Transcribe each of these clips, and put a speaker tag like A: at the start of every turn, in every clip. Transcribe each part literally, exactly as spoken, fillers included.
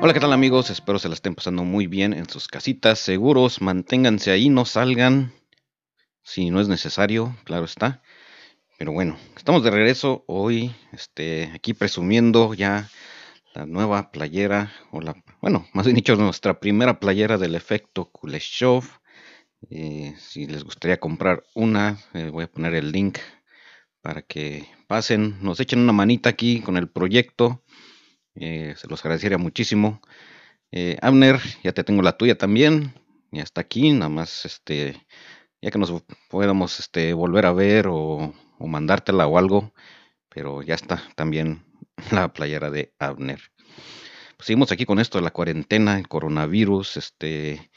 A: Hola, ¿qué tal amigos? Espero se la estén pasando muy bien en sus casitas, seguros, manténganse ahí, no salgan si no es necesario, claro está. Pero bueno, estamos de regreso hoy, este, aquí presumiendo ya la nueva playera, o la, bueno, más bien dicho, nuestra primera playera del efecto Kuleshov. Eh, si les gustaría comprar una, eh, voy a poner el link para que pasen, nos echen una manita aquí con el proyecto. Eh, se los agradecería muchísimo. Eh, Abner, ya te tengo la tuya también. Ya está aquí, nada más, este, ya que nos podamos, este, volver a ver o, o mandártela o algo, pero ya está también la playera de Abner. Pues seguimos aquí con esto de la cuarentena, el coronavirus, este,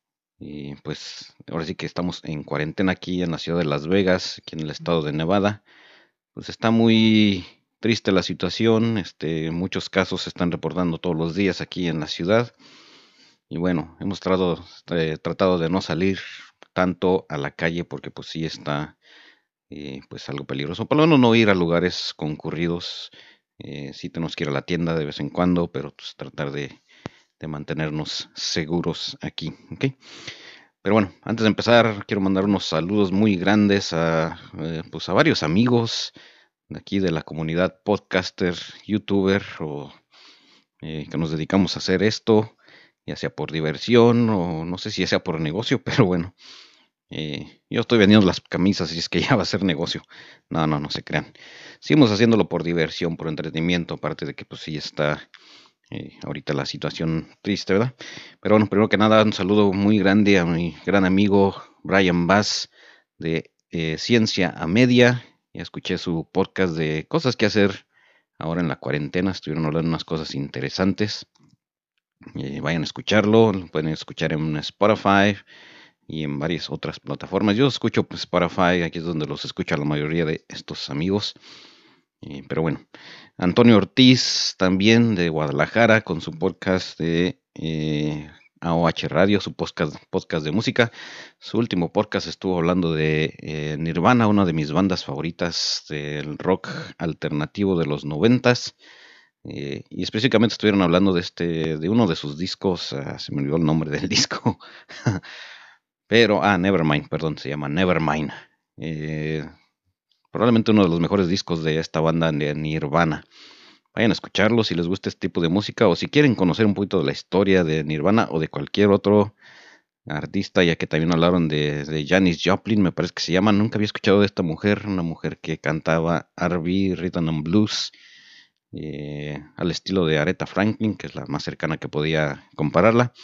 A: y pues ahora sí que estamos en cuarentena aquí en la ciudad de Las Vegas, aquí en el estado de Nevada. Pues está muy triste la situación, este, muchos casos se están reportando todos los días aquí en la ciudad. Y bueno, hemos tratado, eh, tratado de no salir tanto a la calle porque pues sí está eh, pues algo peligroso. Por lo menos no ir a lugares concurridos. Eh, sí tenemos que ir a la tienda de vez en cuando, pero pues tratar de, de mantenernos seguros aquí, ¿ok? Pero bueno, antes de empezar, quiero mandar unos saludos muy grandes a, eh, pues a varios amigos de aquí de la comunidad podcaster, youtuber o eh, que nos dedicamos a hacer esto, ya sea por diversión o no sé si ya sea por negocio, pero bueno, eh, yo estoy vendiendo las camisas y es que ya va a ser negocio. No, no, no se crean. Seguimos haciéndolo por diversión, por entretenimiento, aparte de que pues sí está eh, ahorita la situación triste, ¿verdad? Pero bueno, primero que nada, un saludo muy grande a mi gran amigo Brian Bass de eh, Ciencia a Media. Ya escuché su podcast de cosas que hacer ahora en la cuarentena. Estuvieron hablando unas cosas interesantes. Eh, vayan a escucharlo, lo pueden escuchar en Spotify y en varias otras plataformas. Yo escucho pues, Spotify, aquí es donde los escucha la mayoría de estos amigos. Eh, pero bueno, Antonio Ortiz también de Guadalajara con su podcast de eh, A O H Radio, su podcast, podcast de música. Su último podcast estuvo hablando de eh, Nirvana, una de mis bandas favoritas del rock alternativo de los noventas. Eh, y específicamente estuvieron hablando de este, de uno de sus discos, ah, se me olvidó el nombre del disco, pero, ah, Nevermind, perdón, se llama Nevermind. Eh, probablemente uno de los mejores discos de esta banda de Nirvana. Vayan a escucharlo si les gusta este tipo de música o si quieren conocer un poquito de la historia de Nirvana o de cualquier otro artista, ya que también hablaron de, de Janis Joplin, me parece que se llama. Nunca había escuchado de esta mujer, una mujer que cantaba R B, Rhythm and Blues, eh, al estilo de Aretha Franklin, que es la más cercana que podía compararla.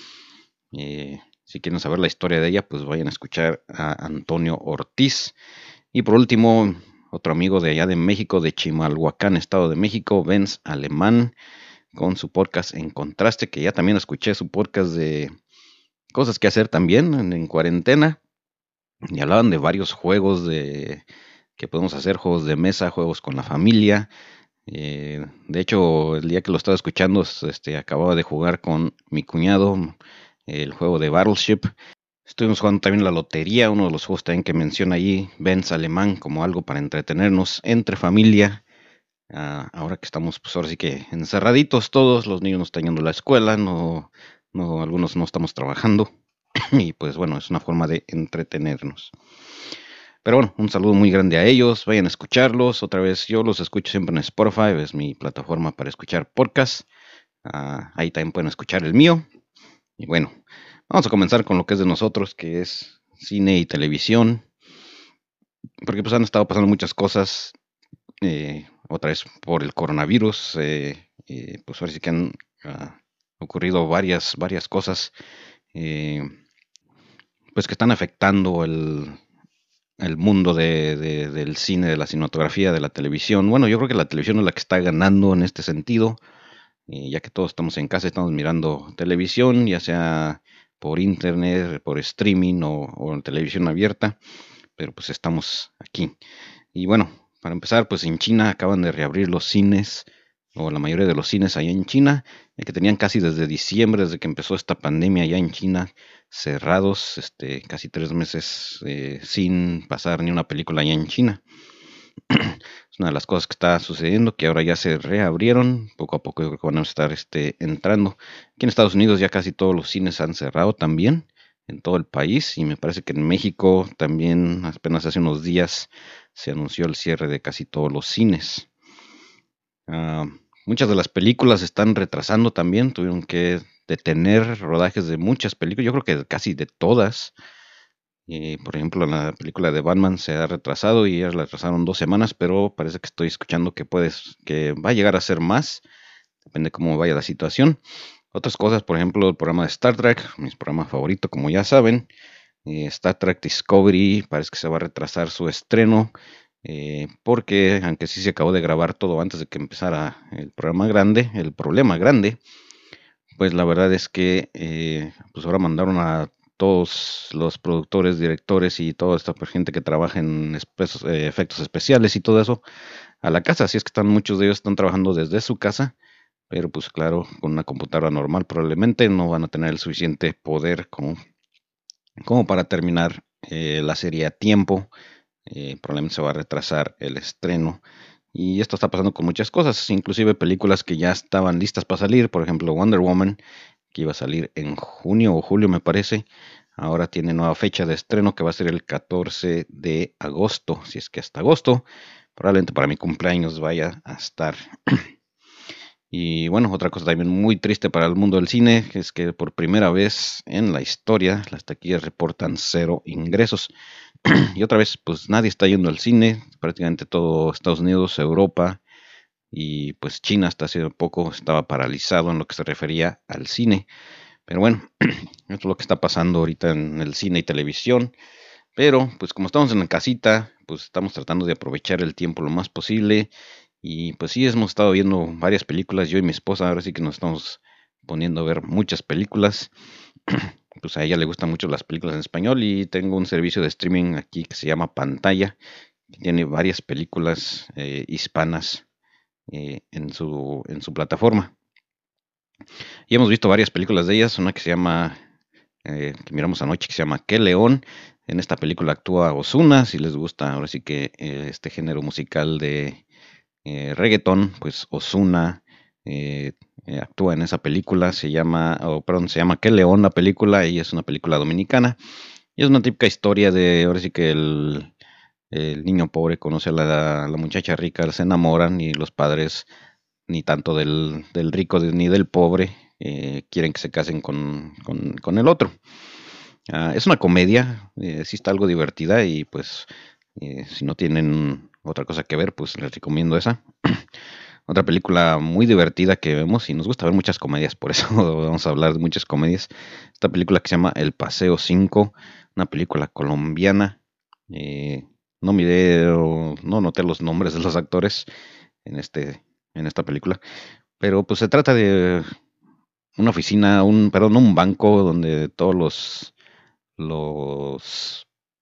A: Eh, si quieren saber la historia de ella, pues vayan a escuchar a Antonio Ortiz. Y por último, otro amigo de allá de México, de Chimalhuacán, Estado de México, Benz Alemán, con su podcast En Contraste, que ya también escuché su podcast de cosas que hacer también en, en cuarentena. Y hablaban de varios juegos de que podemos hacer, juegos de mesa, juegos con la familia. Eh, de hecho, el día que lo estaba escuchando, este, acababa de jugar con mi cuñado el juego de Battleship. Estuvimos jugando también la lotería, uno de los juegos también que menciona allí Benz Alemán como algo para entretenernos entre familia. Ah, ahora que estamos, pues ahora sí que encerraditos todos, los niños no están yendo a la escuela, no, no, algunos no estamos trabajando y pues bueno, es una forma de entretenernos. Pero bueno, un saludo muy grande a ellos, vayan a escucharlos. Otra vez, yo los escucho siempre en Spotify, es mi plataforma para escuchar podcasts. Ah, ahí también pueden escuchar el mío. Y bueno, vamos a comenzar con lo que es de nosotros, que es cine y televisión. Porque pues han estado pasando muchas cosas, eh, otra vez por el coronavirus. Eh, eh, pues ahora sí que han ah, ocurrido varias, varias cosas, eh, pues que están afectando el, el mundo de, de- del cine, de la cinematografía, de la televisión. Bueno, yo creo que la televisión es la que está ganando en este sentido, eh, ya que todos estamos en casa, estamos mirando televisión, ya sea por internet, por streaming o, o en televisión abierta, pero pues estamos aquí. Y bueno, para empezar, pues en China acaban de reabrir los cines, o la mayoría de los cines allá en China, ya que tenían casi desde diciembre, desde que empezó esta pandemia allá en China, cerrados, este, casi tres meses eh, sin pasar ni una película allá en China. Es una de las cosas que está sucediendo, que ahora ya se reabrieron, poco a poco yo creo que van a estar este, entrando. Aquí en Estados Unidos ya casi todos los cines han cerrado también, en todo el país, y me parece que en México también apenas hace unos días se anunció el cierre de casi todos los cines. Uh, muchas de las películas están retrasando también, tuvieron que detener rodajes de muchas películas, yo creo que casi de todas. Eh, por ejemplo, la película de Batman se ha retrasado y ya la retrasaron dos semanas, pero parece que estoy escuchando que puedes, que va a llegar a ser más, depende cómo vaya la situación. Otras cosas, por ejemplo, el programa de Star Trek, mi programa favorito, como ya saben, eh, Star Trek Discovery, parece que se va a retrasar su estreno, eh, porque aunque sí se acabó de grabar todo antes de que empezara el programa grande, el problema grande, pues la verdad es que eh, pues ahora mandaron a todos los productores, directores y toda esta gente que trabaja en espe- eh, efectos especiales y todo eso a la casa. Así es que están muchos de ellos están trabajando desde su casa, pero pues claro, con una computadora normal probablemente no van a tener el suficiente poder como, como para terminar eh, la serie a tiempo. Eh, probablemente se va a retrasar el estreno. Y esto está pasando con muchas cosas, inclusive películas que ya estaban listas para salir, por ejemplo Wonder Woman, que iba a salir en junio o julio me parece, ahora tiene nueva fecha de estreno que va a ser el catorce de agosto, si es que hasta agosto, probablemente para mi cumpleaños vaya a estar. Y bueno, otra cosa también muy triste para el mundo del cine es que por primera vez en la historia las taquillas reportan cero ingresos. Y otra vez, pues nadie está yendo al cine, prácticamente todo Estados Unidos, Europa y pues China hasta hace poco estaba paralizado en lo que se refería al cine. Pero bueno, esto es lo que está pasando ahorita en el cine y televisión. Pero pues como estamos en la casita, pues estamos tratando de aprovechar el tiempo lo más posible. Y pues sí, hemos estado viendo varias películas, yo y mi esposa, ahora sí que nos estamos poniendo a ver muchas películas. Pues a ella le gustan mucho las películas en español y tengo un servicio de streaming aquí que se llama Pantalla, que tiene varias películas eh, hispanas eh, en su, en su plataforma. Y hemos visto varias películas de ellas, una que se llama, eh, que miramos anoche, que se llama Qué León. En esta película actúa Ozuna, si les gusta ahora sí que eh, este género musical de eh, reggaeton, pues Ozuna eh, eh, actúa en esa película, se llama, oh, perdón, se llama Qué León la película y es una película dominicana. Y es una típica historia de, ahora sí que el, el niño pobre conoce a la, a la muchacha rica, se enamoran y los padres ni tanto del, del rico ni del pobre, eh, quieren que se casen con, con, con el otro. Uh, es una comedia, eh, sí está algo divertida y pues eh, si no tienen otra cosa que ver, pues les recomiendo esa. Otra película muy divertida que vemos y nos gusta ver muchas comedias, por eso vamos a hablar de muchas comedias. Esta película que se llama El Paseo cinco, una película colombiana. Eh, no miré, no noté los nombres de los actores en este en esta película, pero pues se trata de una oficina, un, perdón, un banco donde todos los, los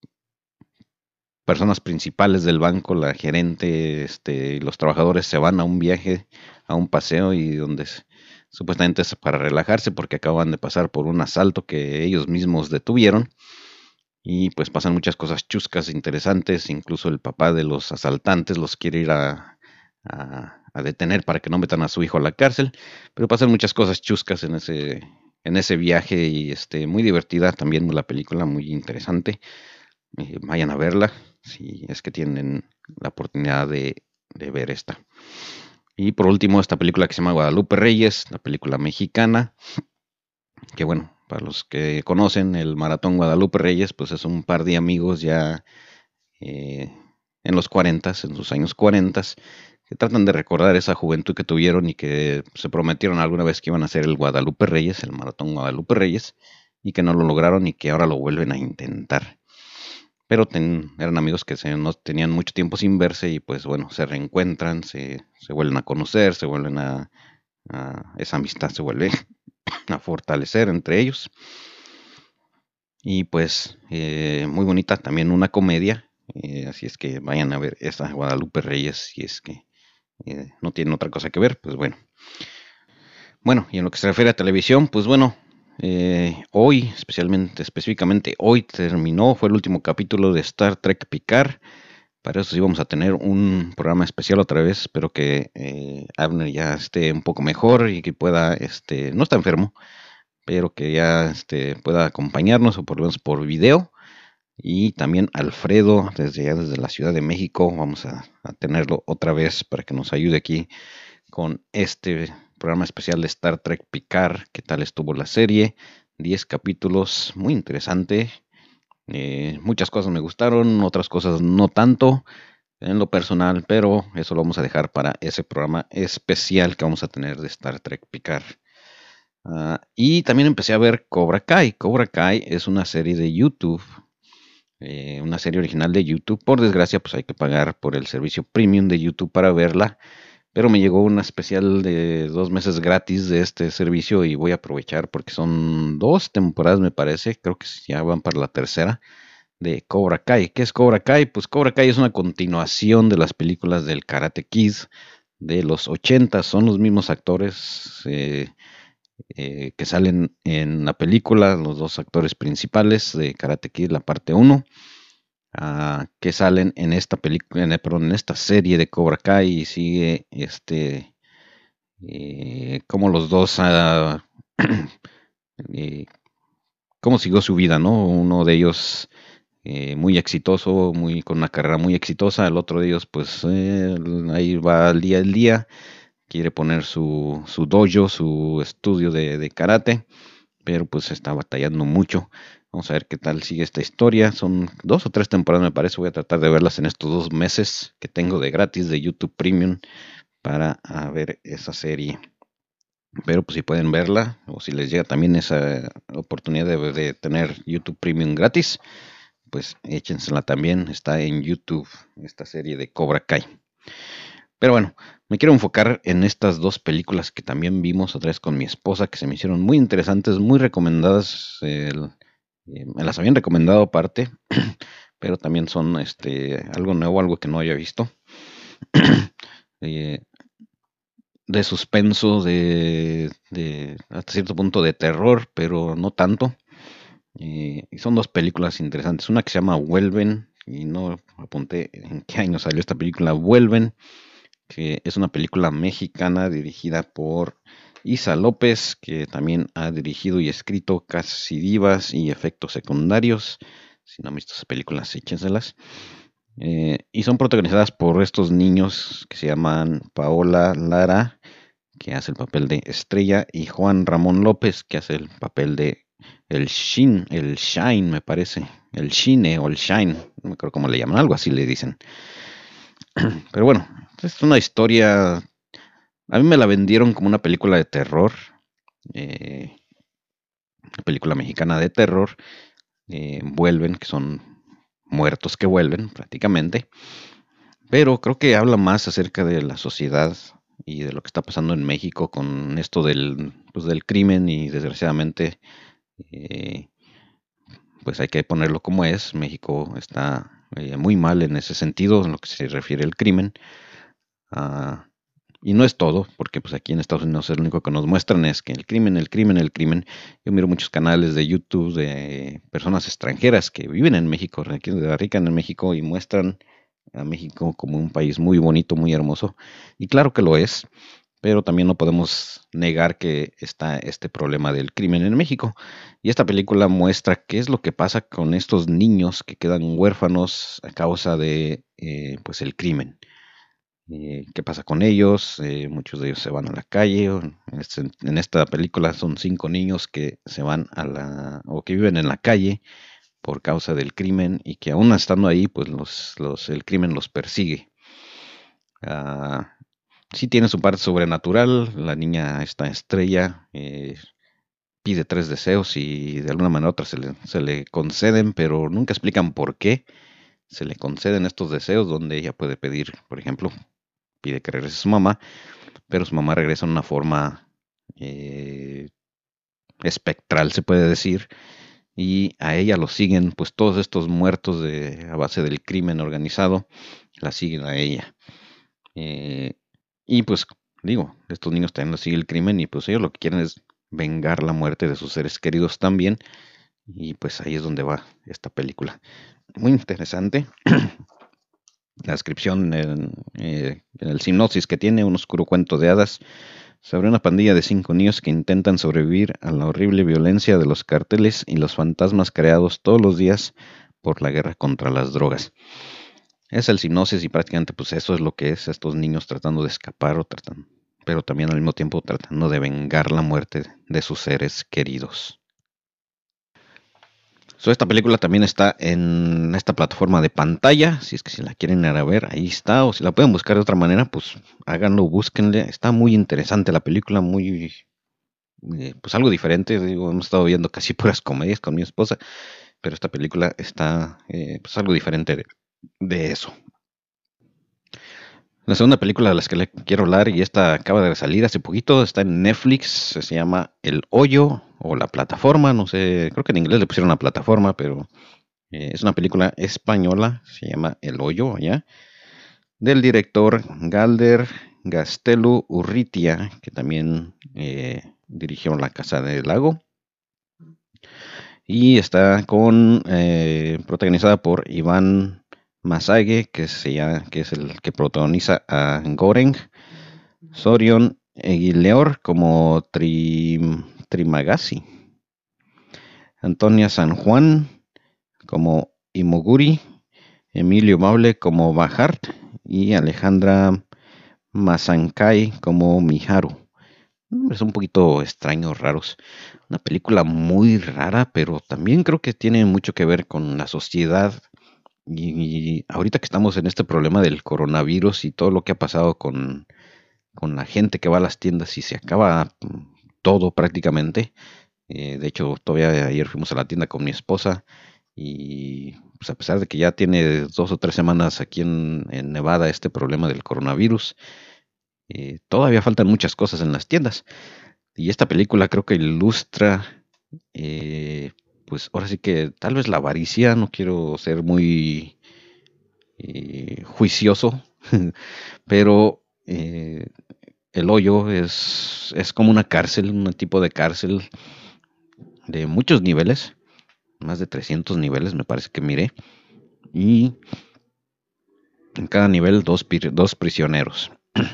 A: personas principales del banco, la gerente, este, los trabajadores se van a un viaje, a un paseo y donde es, supuestamente es para relajarse porque acaban de pasar por un asalto que ellos mismos detuvieron y pues pasan muchas cosas chuscas, interesantes, incluso el papá de los asaltantes los quiere ir a, a a detener para que no metan a su hijo a la cárcel, pero pasan muchas cosas chuscas en ese, en ese viaje y este, muy divertida también la película, muy interesante. Eh, vayan a verla si es que tienen la oportunidad de, de ver esta. Y por último, esta película que se llama Guadalupe Reyes, la película mexicana, que bueno, para los que conocen el Maratón Guadalupe Reyes, pues es un par de amigos ya eh, en los cuarentas, en sus años cuarentas, que tratan de recordar esa juventud que tuvieron y que se prometieron alguna vez que iban a hacer el Guadalupe Reyes, el Maratón Guadalupe Reyes, y que no lo lograron y que ahora lo vuelven a intentar. Pero ten, eran amigos que se, no tenían mucho tiempo sin verse y pues bueno, se reencuentran, se, se vuelven a conocer, se vuelven a, a, esa amistad se vuelve a fortalecer entre ellos. Y pues eh, muy bonita, también una comedia, eh, así es que vayan a ver esta Guadalupe Reyes si es que eh, no tienen otra cosa que ver, pues bueno. Bueno, y en lo que se refiere a televisión, pues bueno, eh, hoy, especialmente, específicamente hoy terminó, fue el último capítulo de Star Trek Picard, Para eso sí vamos a tener un programa especial otra vez. Espero que eh, Abner ya esté un poco mejor y que pueda, este, no está enfermo, pero que ya este, pueda acompañarnos o por lo menos por video. Y también Alfredo, desde allá, desde la Ciudad de México, vamos a, a tenerlo otra vez para que nos ayude aquí con este programa especial de Star Trek Picard. ¿Qué tal estuvo la serie? Diez capítulos, muy interesante. Eh, muchas cosas me gustaron, otras cosas no tanto en lo personal, pero eso lo vamos a dejar para ese programa especial que vamos a tener de Star Trek Picard. Uh, y también empecé a ver Cobra Kai. Cobra Kai es una serie de YouTube, eh, una serie original de YouTube. Por desgracia, pues hay que pagar por el servicio premium de YouTube para verla. Pero me llegó una especial de dos meses gratis de este servicio y voy a aprovechar porque son dos temporadas, me parece. Creo que ya van para la tercera de Cobra Kai. ¿Qué es Cobra Kai? Pues Cobra Kai es una continuación de las películas del Karate Kid de los ochenta. Son los mismos actores eh, eh, que salen en la película, los dos actores principales de Karate Kid, la parte uno. Uh, que salen en esta película, en, perdón, en esta serie de Cobra Kai y sigue este eh, como los dos uh, eh, cómo siguió su vida, ¿no? Uno de ellos eh, muy exitoso, muy con una carrera muy exitosa, el otro de ellos pues eh, ahí va al día al día, quiere poner su, su dojo, su estudio de, de karate, pero pues está batallando mucho. Vamos a ver qué tal sigue esta historia. Son dos o tres temporadas, me parece. Voy a tratar de verlas en estos dos meses que tengo de gratis de YouTube Premium para ver esa serie. Pero pues si pueden verla o si les llega también esa oportunidad de, de tener YouTube Premium gratis, pues échensela también. Está en YouTube esta serie de Cobra Kai. Pero bueno, me quiero enfocar en estas dos películas que también vimos otra vez con mi esposa, que se me hicieron muy interesantes, muy recomendadas. El, eh, me las habían recomendado aparte, pero también son este algo nuevo, algo que no había visto. eh, de suspenso, de, de hasta cierto punto de terror, pero no tanto. Eh, y son dos películas interesantes. Una que se llama Vuelven, y no apunté en qué año salió esta película, Vuelven, que es una película mexicana dirigida por Isa López, que también ha dirigido y escrito Casi Divas y Efectos Secundarios. Si no han visto esas películas, échenselas. Eh, y son protagonizadas por estos niños que se llaman Paola Lara, que hace el papel de Estrella, y Juan Ramón López, que hace el papel de el Shin, el Shine, me parece, el Shine o el Shine, no me acuerdo cómo le llaman, algo así le dicen. Pero bueno, es una historia, a mí me la vendieron como una película de terror, eh, una película mexicana de terror, eh, vuelven, que son muertos que vuelven prácticamente, pero creo que habla más acerca de la sociedad y de lo que está pasando en México con esto del, pues, del crimen y desgraciadamente eh, pues hay que ponerlo como es. México está eh, muy mal en ese sentido en lo que se refiere al crimen. Uh, y no es todo, porque pues aquí en Estados Unidos lo único que nos muestran es que el crimen, el crimen, el crimen. Yo miro muchos canales de YouTube de personas extranjeras que viven en México, aquí radican en México y muestran a México como un país muy bonito, muy hermoso. Y claro que lo es, pero también no podemos negar que está este problema del crimen en México. Y esta película muestra qué es lo que pasa con estos niños que quedan huérfanos a causa de eh, pues el crimen. Eh, qué pasa con ellos, eh, muchos de ellos se van a la calle. En, este, en esta película son cinco niños que se van a la, o que viven en la calle por causa del crimen y que aún estando ahí, pues los, los, el crimen los persigue. Uh, sí tiene su parte sobrenatural, la niña, esta Estrella, eh, pide tres deseos y de alguna manera u otra se le, se le conceden, pero nunca explican por qué se le conceden estos deseos, donde ella puede pedir, por ejemplo, pide que regrese a su mamá, pero su mamá regresa en una forma eh, espectral, se puede decir, y a ella lo siguen, pues todos estos muertos de, a base del crimen organizado, la siguen a ella. Eh, y pues digo, estos niños también lo sigue el crimen y pues ellos lo que quieren es vengar la muerte de sus seres queridos también. Y pues ahí es donde va esta película. Muy interesante. la descripción, en, eh, en el sinopsis que tiene, un oscuro cuento de hadas sobre una pandilla de cinco niños que intentan sobrevivir a la horrible violencia de los carteles y los fantasmas creados todos los días por la guerra contra las drogas. Es el sinopsis y prácticamente pues eso es lo que es estos niños tratando de escapar o tratando, pero también al mismo tiempo tratando de vengar la muerte de sus seres queridos. So, esta película también está en esta plataforma de pantalla, si es que si la quieren ir a ver, ahí está, o si la pueden buscar de otra manera, pues háganlo, búsquenle. Está muy interesante la película, muy, eh, pues algo diferente. Digo, hemos estado viendo casi puras comedias con mi esposa, pero esta película está, eh, pues algo diferente de, de eso. La segunda película de las que le quiero hablar, y esta acaba de salir hace poquito, está en Netflix, se llama El Hoyo o La Plataforma, no sé, creo que en inglés le pusieron La Plataforma, pero eh, es una película española, se llama El Hoyo, allá, del director Galder Gaztelu Urrutia, que también eh, dirigió La Casa del Lago, y está con eh, protagonizada por Iván Masague, que, se llama, que es el que protagoniza a Goreng, Sorion Eguileor como Tri, Trimagasi, Antonia San Juan como Imoguri, Emilio Mable como Bajart y Alejandra Mazancay como Miharu. Es un poquito extraños, raros. Una película muy rara, pero también creo que tiene mucho que ver con la sociedad. Y, y ahorita que estamos en este problema del coronavirus y todo lo que ha pasado con, con la gente que va a las tiendas y se acaba todo prácticamente. Eh, de hecho, todavía ayer fuimos a la tienda con mi esposa y pues a pesar de que ya tiene dos o tres semanas aquí en, en Nevada este problema del coronavirus, eh, todavía faltan muchas cosas en las tiendas. Y esta película creo que ilustra, eh, pues ahora sí que tal vez la avaricia, no quiero ser muy eh, juicioso, pero eh, el hoyo es, es como una cárcel, un tipo de cárcel de muchos niveles, más de trescientos niveles me parece que miré, y en cada nivel dos, dos prisioneros.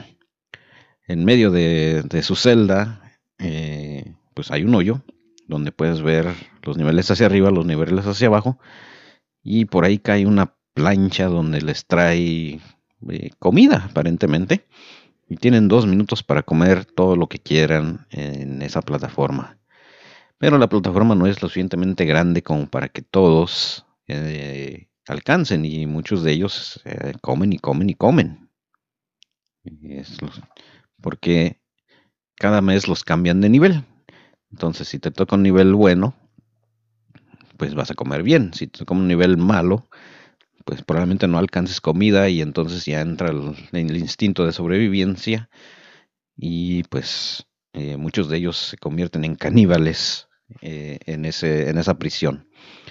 A: En medio de, de su celda, eh, pues hay un hoyo donde puedes ver los niveles hacia arriba, los niveles hacia abajo, y por ahí cae una plancha donde les trae eh, comida, aparentemente, y tienen dos minutos para comer todo lo que quieran en esa plataforma. Pero la plataforma no es lo suficientemente grande como para que todos eh, alcancen, y muchos de ellos eh, comen y comen y comen. Es los- porque cada mes los cambian de nivel. Entonces, si te toca un nivel bueno, pues vas a comer bien. Si te toca un nivel malo, pues probablemente no alcances comida y entonces ya entra el, el instinto de sobrevivencia y pues eh, muchos de ellos se convierten en caníbales eh, en, ese, en esa prisión.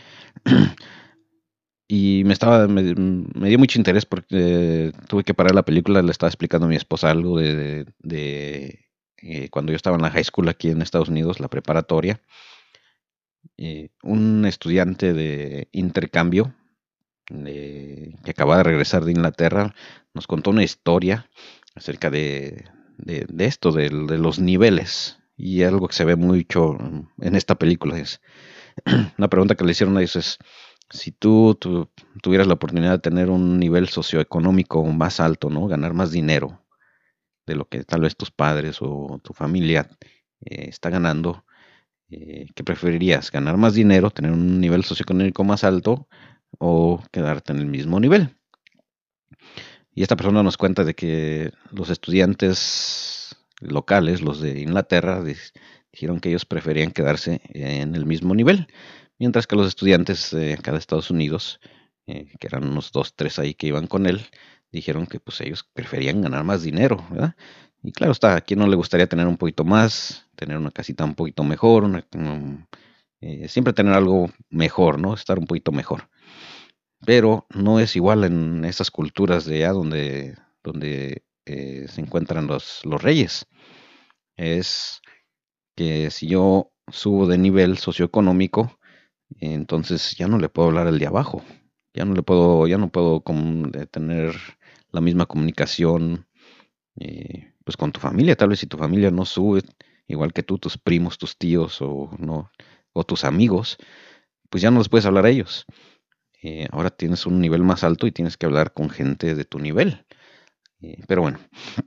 A: Y me estaba, me, me dio mucho interés porque tuve que parar la película, le estaba explicando a mi esposa algo de, de, de, eh, cuando yo estaba en la high school aquí en Estados Unidos, la preparatoria. Eh, un estudiante de intercambio eh, que acaba de regresar de Inglaterra nos contó una historia acerca de, de, de esto, de, de los niveles. Y algo que se ve mucho en esta película es una pregunta que le hicieron a ellos es, si tú, tú tuvieras la oportunidad de tener un nivel socioeconómico más alto, ¿no? Ganar más dinero de lo que tal vez tus padres o tu familia eh, está ganando, eh, ¿qué preferirías? ¿Ganar más dinero, tener un nivel socioeconómico más alto o quedarte en el mismo nivel? Y esta persona nos cuenta de que los estudiantes locales, los de Inglaterra, dijeron que ellos preferían quedarse en el mismo nivel, mientras que los estudiantes de acá de Estados Unidos, eh, que eran unos dos, tres ahí que iban con él, dijeron que pues ellos preferían ganar más dinero, ¿verdad? Y claro está, ¿a quién no le gustaría tener un poquito más, tener una casita un poquito mejor, una, um, eh, siempre tener algo mejor, ¿no? Estar un poquito mejor. Pero no es igual en esas culturas de allá donde, donde eh, se encuentran los, los reyes. Es que si yo subo de nivel socioeconómico, entonces ya no le puedo hablar al de abajo. Ya no le puedo, ya no puedo com- eh, tener la misma comunicación eh, pues con tu familia. Tal vez si tu familia no sube igual que tú, tus primos, tus tíos o no, o tus amigos, pues ya no les puedes hablar a ellos. Eh, ahora tienes un nivel más alto y tienes que hablar con gente de tu nivel. Eh, pero bueno,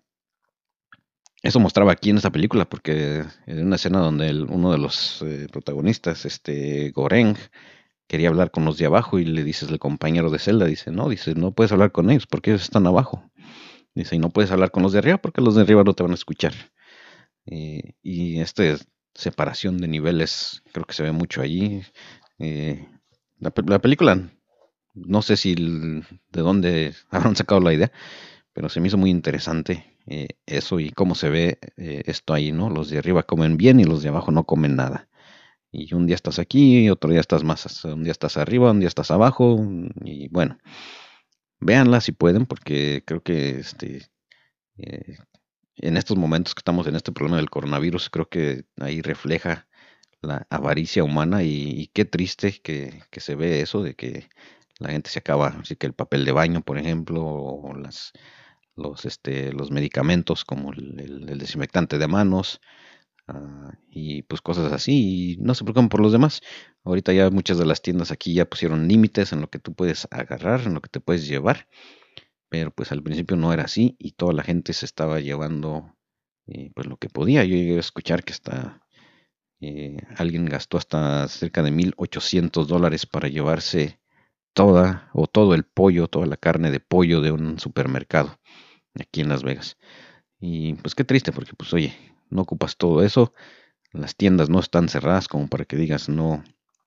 A: eso mostraba aquí en esta película, porque en una escena donde el- uno de los eh, protagonistas, este Goreng, quería hablar con los de abajo y le dices el compañero de celda, dice, no, dice, no puedes hablar con ellos porque ellos están abajo. Dice, y no puedes hablar con los de arriba porque los de arriba no te van a escuchar. Eh, y esta separación de niveles creo que se ve mucho allí. Eh, la, pe- la película, no sé si el- de dónde habrán sacado la idea, pero se me hizo muy interesante eh, eso y cómo se ve eh, esto ahí, ¿no? Los de arriba comen bien y los de abajo no comen nada. Y un día estás aquí, otro día estás más, un día estás arriba, un día estás abajo, y bueno, véanla si pueden, porque creo que este, eh, en estos momentos que estamos en este problema del coronavirus, creo que ahí refleja la avaricia humana y, y qué triste que, que se ve eso de que la gente se acaba, así que el papel de baño, por ejemplo, o las, los, este, los medicamentos como el, el- el desinfectante de manos, ah, y pues cosas así, y no se preocupen por los demás. Ahorita ya muchas de las tiendas aquí ya pusieron límites en lo que tú puedes agarrar, en lo que te puedes llevar, pero pues al principio no era así y toda la gente se estaba llevando eh, pues lo que podía. Yo llegué a escuchar que hasta eh, alguien gastó hasta cerca de mil ochocientos dólares para llevarse toda o todo el pollo, toda la carne de pollo de un supermercado aquí en Las Vegas. Y pues qué triste porque pues oye, no ocupas todo eso, las tiendas no están cerradas como para que digas no,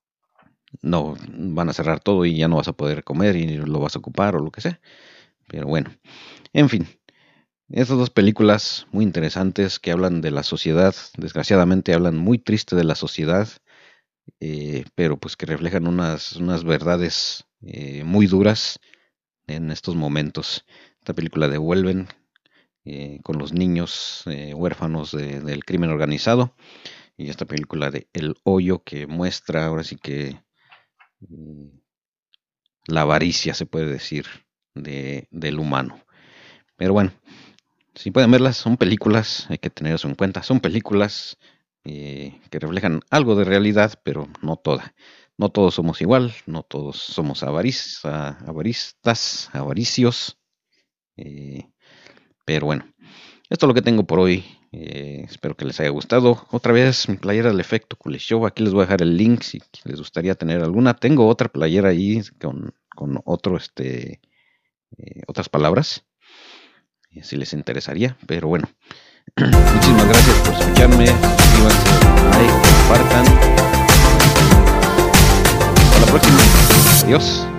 A: no van a cerrar todo y ya no vas a poder comer y lo vas a ocupar o lo que sea. Pero bueno, en fin, esas dos películas muy interesantes que hablan de la sociedad, desgraciadamente hablan muy triste de la sociedad, eh, pero pues que reflejan unas, unas verdades eh, muy duras en estos momentos. Esta película de Vuelven eh, con los niños eh, huérfanos de- del crimen organizado y esta película de El Hoyo que muestra ahora sí que mm, la avaricia se puede decir de, del humano. Pero bueno, si pueden verlas, son películas, hay que tener eso en cuenta. Son películas eh, que reflejan algo de realidad, pero no toda. No todos somos igual, no todos somos avariz, a- avaristas, avaricios. eh, pero bueno, esto es lo que tengo por hoy. Eh, espero que les haya gustado. Otra vez mi playera del efecto Kuleshov. Aquí les voy a dejar el link si les gustaría tener alguna. Tengo otra playera ahí con, con otro, este, eh, otras palabras, eh, si les interesaría. Pero bueno, muchísimas gracias por escucharme. Suscríbanse, like, compartan. Hasta la próxima. Adiós.